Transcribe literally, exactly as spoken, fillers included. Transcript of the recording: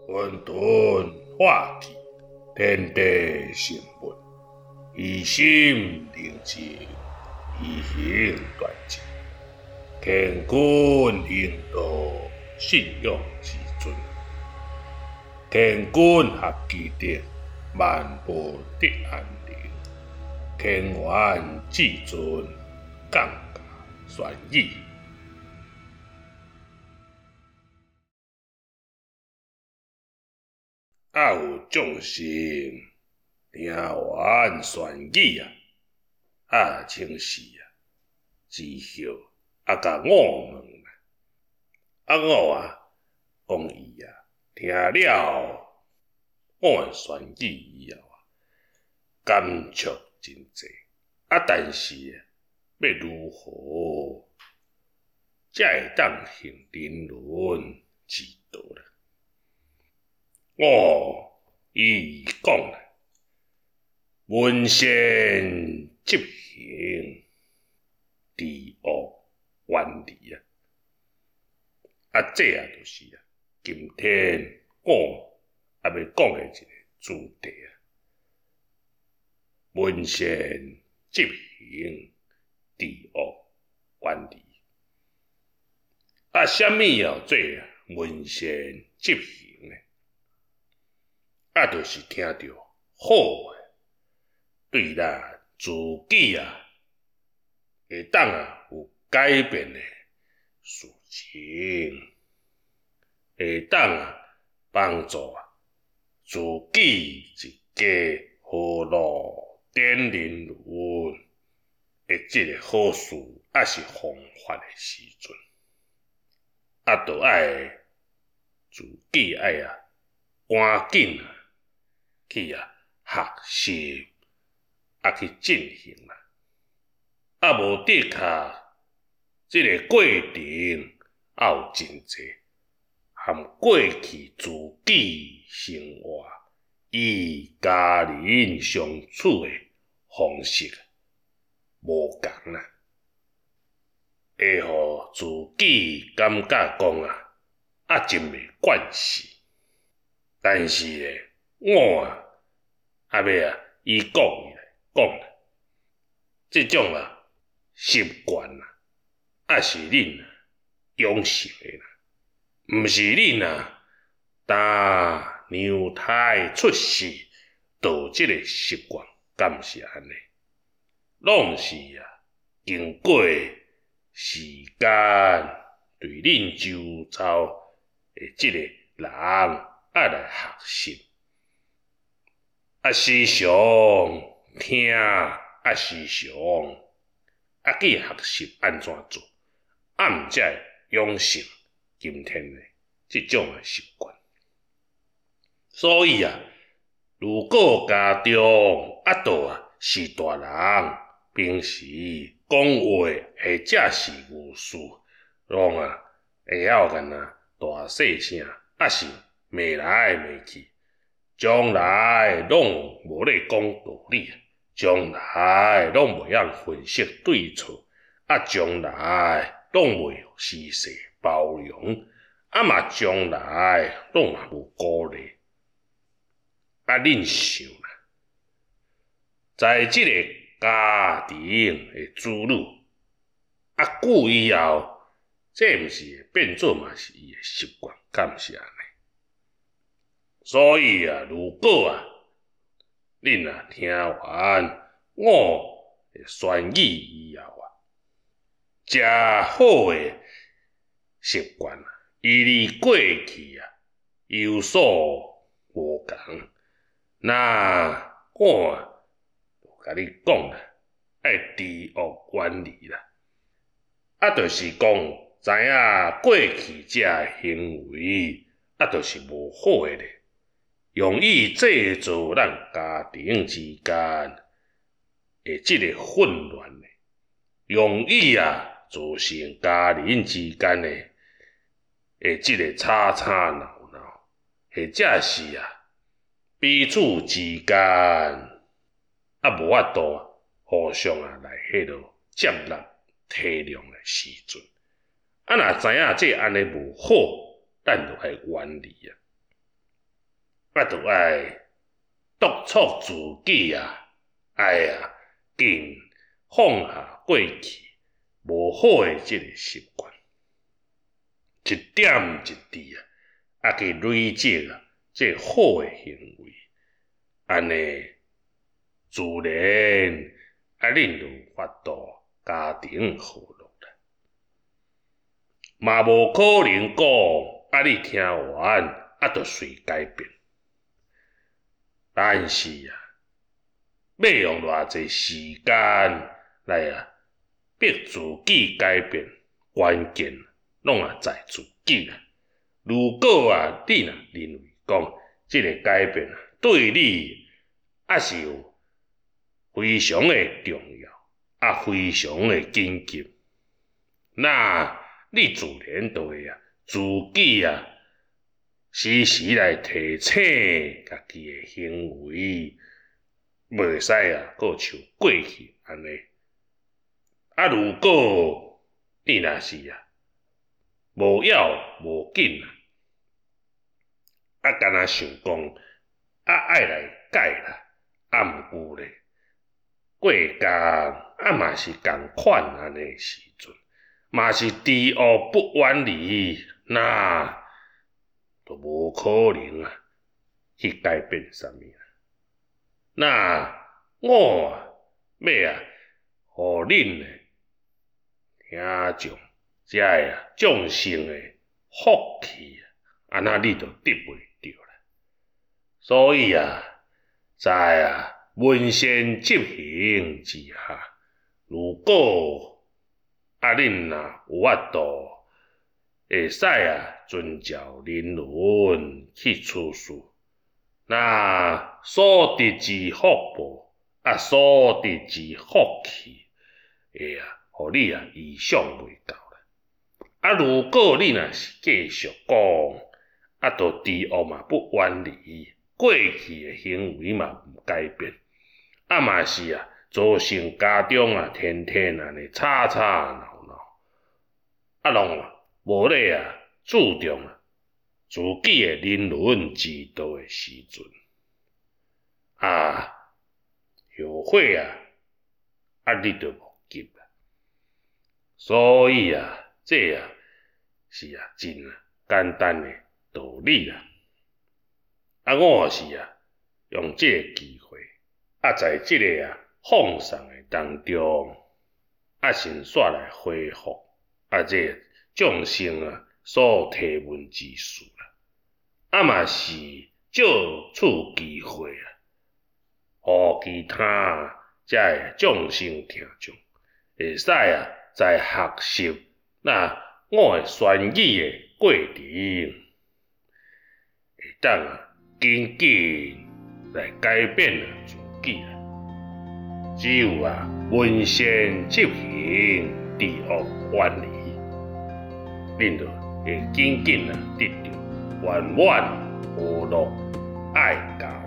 混沌化气，天地成物，以心宁静，以行断尽，乾坤应道，信用之尊。乾坤合其德，万物得安宁。乾元至尊，降价旋意。啊有众生听完旋语啊，啊清示啊，之后啊甲我问啊，啊我啊讲伊啊听了我旋语以后啊，感触真济啊，但是啊要如何才会当行人伦之道啦？我伊讲啦，文善执行，知恶远离啊！啊，这啊就是啊，今天我啊要讲的一个主题啊，文善执行，知恶远离。啊，什么叫做文善执行呢？啊，就是听到好诶，对咱自己啊，会当啊有改变诶事情，会当啊帮助啊自己一家好路点人伦诶，即个好事啊是方法诶时阵，啊，就爱自己爱啊赶紧啊。去啊学习，啊去进行啦，啊无的确，即个过程也有真济，含过去自己生活与家人相处诶方式无共啦，会互自己感觉讲啊，啊真袂惯势，但是诶。我啊，啊要啊，伊讲伊来讲啦，即种啊习惯啊，啊是恁啊养成诶啦，毋是恁啊打娘胎出世导即个习惯，敢毋是安尼？拢是啊，经过时间对恁周遭诶即个人啊来学习。啊，时常听，啊时常啊去学习安怎做，啊毋才会养成今天诶即种诶习惯。所以啊，如果家中啊倒啊是大人，平时讲话或者是语事，拢啊会晓干那大细声，啊是骂来骂去。将来拢无咧讲道理，将来拢袂晓分析对错，啊，将来拢袂施舍包容，啊嘛将来拢嘛无鼓励。啊，恁想啦，在即个家庭诶子女，啊久以后，这毋是会变做嘛是伊诶习惯，敢毋是安尼？所以啊，如果啊，恁啊听完我诶宣语以后啊，食好诶习惯啊，与你过去啊有所无共，那我啊甲你讲啦，爱知恶远离啦，啊，就是讲知影过去这行为啊，就是无好诶咧。容易制造咱家庭之间诶即个混乱诶，容易啊造成家人之间诶诶即个吵吵闹闹，或者是啊彼此之间啊无法度互相啊来迄落接纳体谅诶时阵，啊若知影这安尼无好，咱就爱远离啊。 啊，就爱督促自己啊，哎呀，尽放下过去无好诶即个习惯，一点一滴啊，啊去累积啊，即好诶行为，安尼自然啊，恁有法度家庭和乐啦，嘛无可能讲啊，你听完啊，就随改变。但是啊，要用偌济时间来啊，逼自己改变，关键拢啊在自己啦。如果啊，你若认为讲即个改变啊，对你啊是有非常的重要，啊非常的紧急，那你自然就会啊，自己啊。时时来提醒家己诶行为，袂使啊，搁像过去安尼。啊，如果你若是啊，无要无紧啊，啊，干若想讲啊，爱来改啦，啊，毋过咧，过工啊嘛是共款安尼时阵，嘛是知恶不远离，那。都无可能啊，去改变啥物啊？那我啊，要啊，互恁诶听众，遮个啊众生诶福气啊，安那你就得袂着啦。所以啊，在啊文献执行之下，如果啊恁若有法度。会使啊，遵照人伦去处事，那所得之福报啊，所得之福气，会啊，互你啊意想袂到啦。啊，如果你若是继续讲，啊，就知恶嘛不远离，过去诶行为嘛毋改变，啊嘛是啊，造成家中啊天天安尼吵吵闹闹，啊拢啊。无咧啊，注重啊自己诶人伦之道诶时阵，啊后悔啊，啊你就无急啦。所以啊，这啊是啊真啊简单诶道理啦。啊，我是啊用这个机会，啊在这个啊放送诶当中，啊先煞来回复啊这個。众生啊，所提问之事啦，啊嘛是借此机会啊，互其他遮个众生听众会使啊，在学习那我诶宣语诶过程，会当啊紧紧来改变啊自己啦。只有啊文献执行，知恶远离。恁就会紧紧啊得到圆满和乐爱家。